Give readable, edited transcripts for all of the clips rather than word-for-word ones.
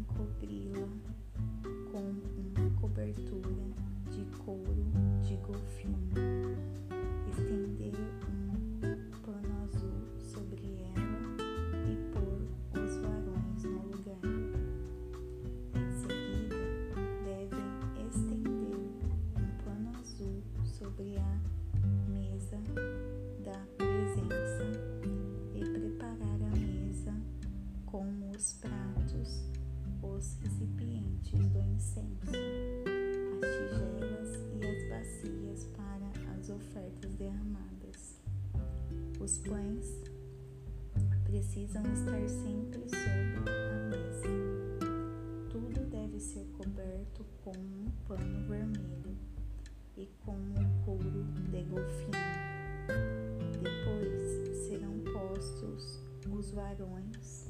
cobri-la com uma cobertura de couro de golfinho, estender um pano azul sobre ela e pôr os varões no lugar. Em seguida, devem estender um pano azul sobre a mesa da presença e preparar a mesa com os pratos, os recipientes do incenso, as tigelas e as bacias para as ofertas derramadas. Os pães precisam estar sempre sobre a mesa. Tudo deve ser coberto com um pano vermelho e com o couro de golfinho. Depois serão postos os varões.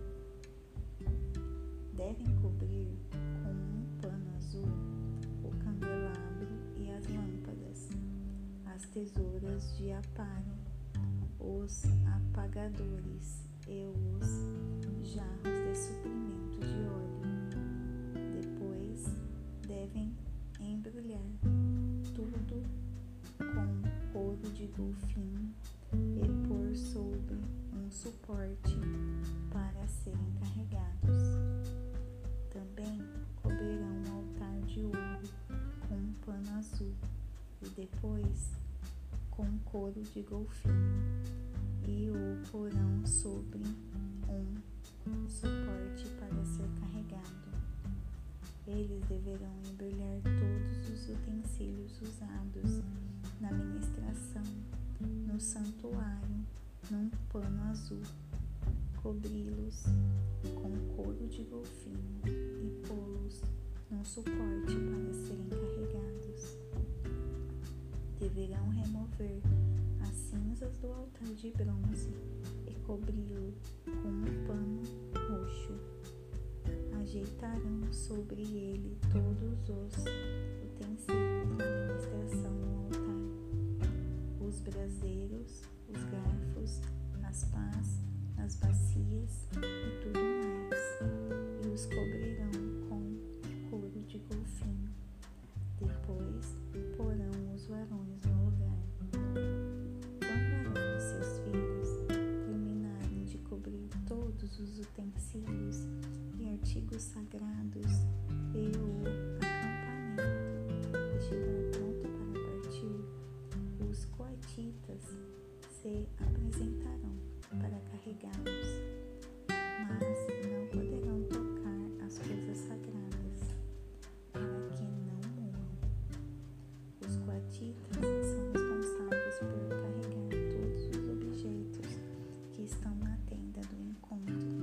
Devem cobrir com um pano azul o candelabro e as lâmpadas, as tesouras de aparo, os apagadores e os jarros de suprimento de óleo. Depois devem embrulhar tudo com couro de golfinho e pôr sobre um suporte para serem carregados. Também cobrirão o altar de ouro com um pano azul e depois com couro de golfinho e o porão sobre um suporte para ser carregado. Eles deverão embrulhar todos os utensílios usados na ministração no santuário num pano azul, cobri-los com couro de golfinho e pô-los num suporte para serem carregados. Deverão remover as cinzas do altar de bronze e cobri-lo com um pano roxo. Ajeitarão sobre ele todos os utensílios da ministração no altar, os braseiros, os garfos, as pás, as bacias e tudo mais, e os cobrirão com couro de golfinho. Depois porão os varões no lugar. Quando Arão e seus filhos terminarem de cobrir todos os utensílios e artigos sagrados e o acampamento estiver pronto para partir, os coatitas se apresentarão para carregá-los, mas não poderão tocar as coisas sagradas, para que não morram. Os coatitas são responsáveis por carregar todos os objetos que estão na tenda do encontro.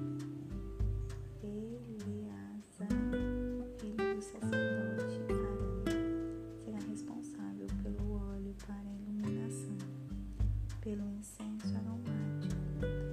Eleazar, filho do sacerdote Arão, será responsável pelo óleo para a iluminação, pelo incenso aromático,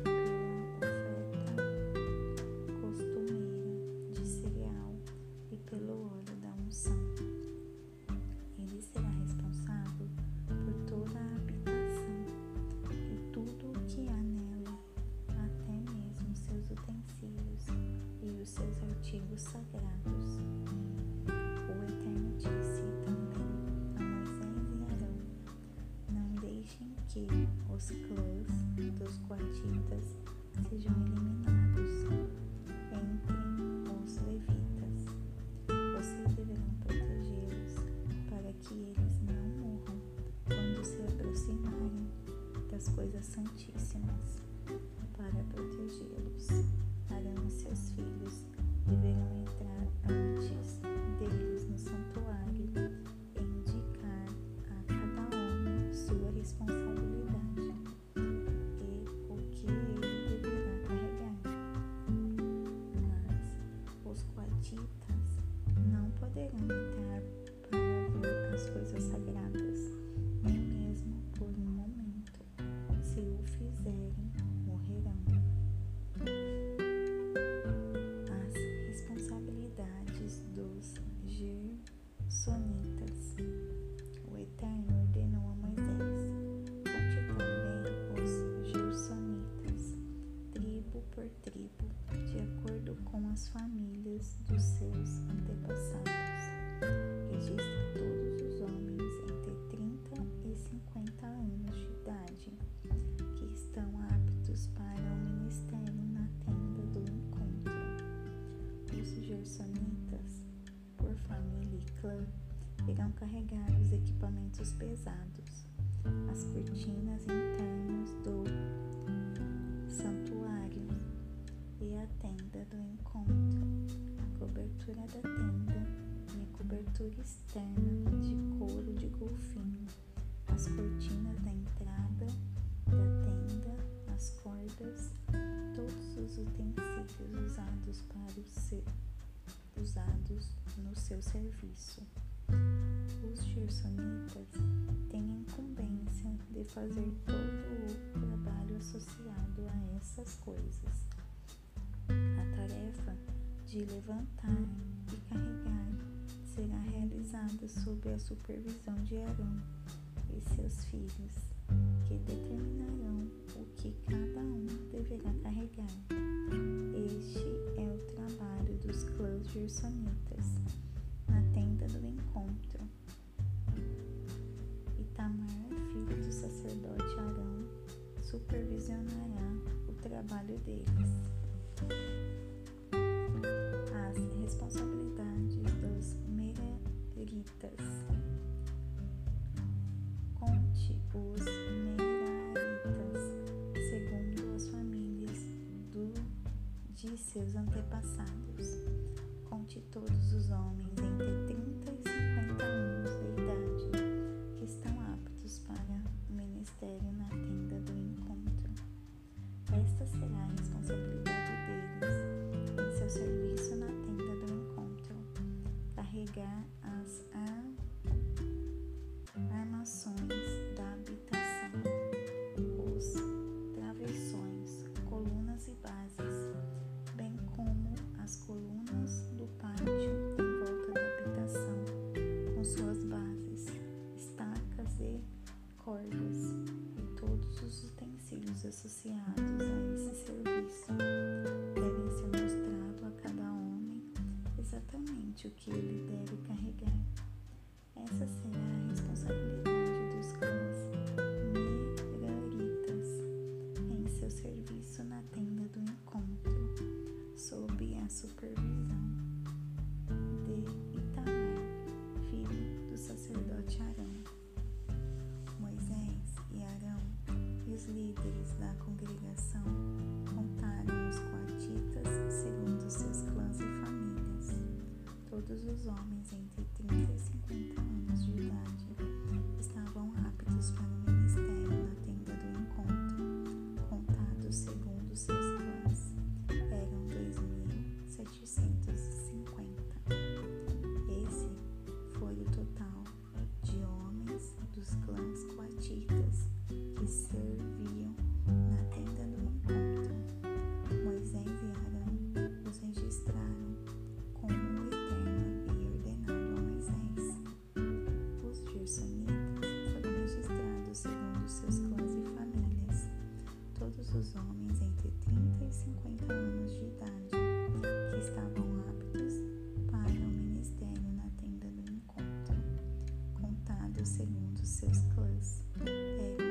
pela oferta costumeira de cereal e pelo óleo da unção. Ele será responsável por toda a habitação e tudo o que há nela, até mesmo seus utensílios e os seus artigos sagrados. O Eterno disse também a Moisés e Arão: não deixem que os clãs dos coatitas sejam eliminados entre os levitas. Vocês deverão protegê-los para que eles não morram quando se aproximarem das coisas santíssimas. Para protegê-los, Arão e seus filhos deverão entrar antes deles no santuário e indicar a cada homem sua responsabilidade e o que ele deverá carregar. Mas os coatitas não poderão entrar para ver as coisas sagradas, nem mesmo por um momento. Se o fizerem, morrerão. As responsabilidades dos gersonitas. O Eterno ordenou a Moisés: conte também os gersonitas, tribo por tribo, de acordo com as famílias dos seus antepassados. Registra todos os homens entre 30 e 50 anos de idade que estão aptos para o ministério na tenda do encontro. Os gersonitas, por família e clã, irão carregar os equipamentos pesados, as cortinas internas do santuário e a tenda do encontro, a cobertura da tenda e a cobertura externa de couro de golfinho, as cortinas da entrada da tenda, as cordas, todos os utensílios usados no seu serviço. Os gersonitas têm a incumbência de fazer todo o trabalho associado a essas coisas. A tarefa de levantar e carregar será realizada sob a supervisão de Arão e seus filhos, que determinarão o que cada um deverá carregar. Este é o trabalho dos clãs gersonitas na tenda do encontro. Itamar, filho do sacerdote Arão, supervisionará o trabalho deles. As responsabilidades dos meraritas. Conte os meraritas segundo as famílias de seus antepassados. Conte todos os homens entre 30 e 50 anos de idade que estão aptos para o ministério na tenda do encontro. Esta será a responsabilidade deles em seu serviço na tenda do encontro: carregar as armações da habitação, os travessões, colunas e bases, bem como as colunas do pátio em volta da habitação, com suas bases, estacas e cordas, e todos os utensílios associados a esse serviço. Devem ser mostrado a cada homem exatamente o que ele deve carregar. Essa será a responsabilidade dos clãs meraritas em seu serviço na tenda do encontro, sob a supervisão de Itamar, filho do sacerdote Arão. Moisés e Arão e os líderes da congregação contaram os coatitas segundo seus clãs e famílias. Todos os homens entre 30 e 50 anos de idade estavam aptos para o ministério na tenda do encontro, contados segundo seus clãs. Eram 2.750. Esse foi o total de homens dos clãs coatitas que serviam na tenda do encontro. Moisés e Arão os registraram como o Eterno havia ordenado a Moisés. Os gersonitas foram registrados segundo seus clãs e famílias. Todos os homens entre 30 e 50 anos de idade que estavam aptos para o ministério na tenda do encontro, contados segundo seus clãs, eram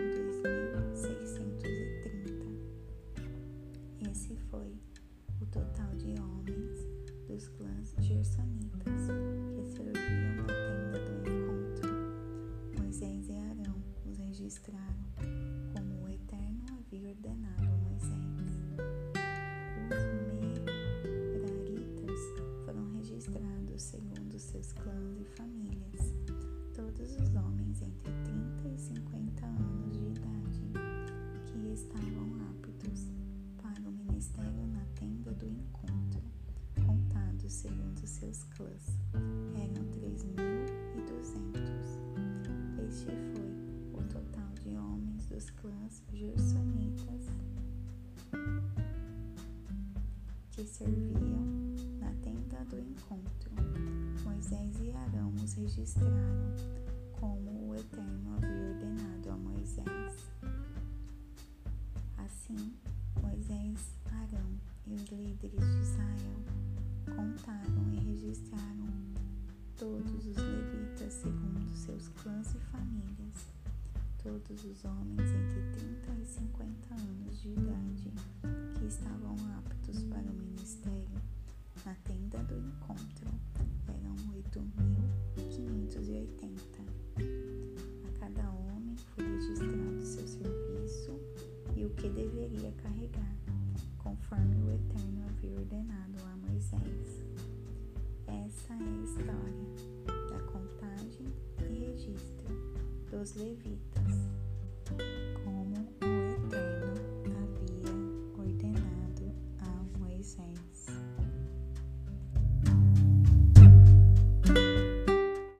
2.630. Esse foi o total de homens dos clãs gersonitas que serviam na tenda do encontro. Moisés e Arão os registraram como o Eterno havia ordenado a Moisés. Os meraritas foram registrados segundo seus clãs e famílias. Todos os homens entre 30 e 50 anos de idade que estavam aptos para o ministério na tenda do encontro, contados segundo seus clãs, eram 3.200. Este foi o total de homens dos clãs gersonitas que serviam na tenda do encontro. Moisés e Arão os registraram como o Eterno havia ordenado a Moisés. Assim, Moisés, Arão e os líderes de Israel contaram e registraram todos os levitas segundo seus clãs e famílias, todos os homens entre 30 e 50 anos de idade que estavam aptos para o ministério na tenda do encontro eram 8.580. A cada homem foi registrado seu serviço e o que deveria carregar, conforme o Eterno havia ordenado a Moisés. Essa é a história da contagem e registro dos levitas